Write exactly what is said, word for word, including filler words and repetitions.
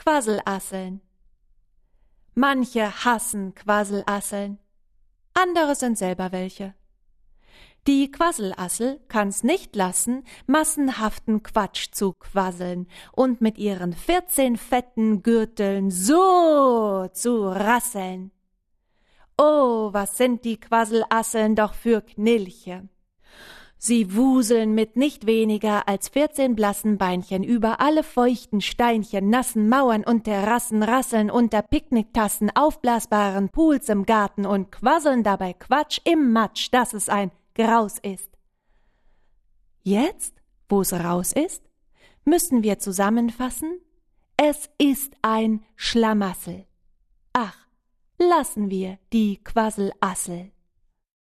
Quasselasseln. Manche hassen Quasselasseln, andere sind selber welche. Die Quasselassel kann's nicht lassen, massenhaften Quatsch zu quasseln und mit ihren vierzehn fetten Gürteln so zu rasseln. Oh, was sind die Quasselasseln doch für Knilche! Sie wuseln mit nicht weniger als vierzehn blassen Beinchen über alle feuchten Steinchen, nassen Mauern und Terrassen, rasseln unter Picknicktassen, aufblasbaren Pools im Garten und quasseln dabei Quatsch im Matsch, dass es ein Graus ist. Jetzt, wo's raus ist, müssen wir zusammenfassen, es ist ein Schlamassel. Ach, lassen wir die Quasselassel.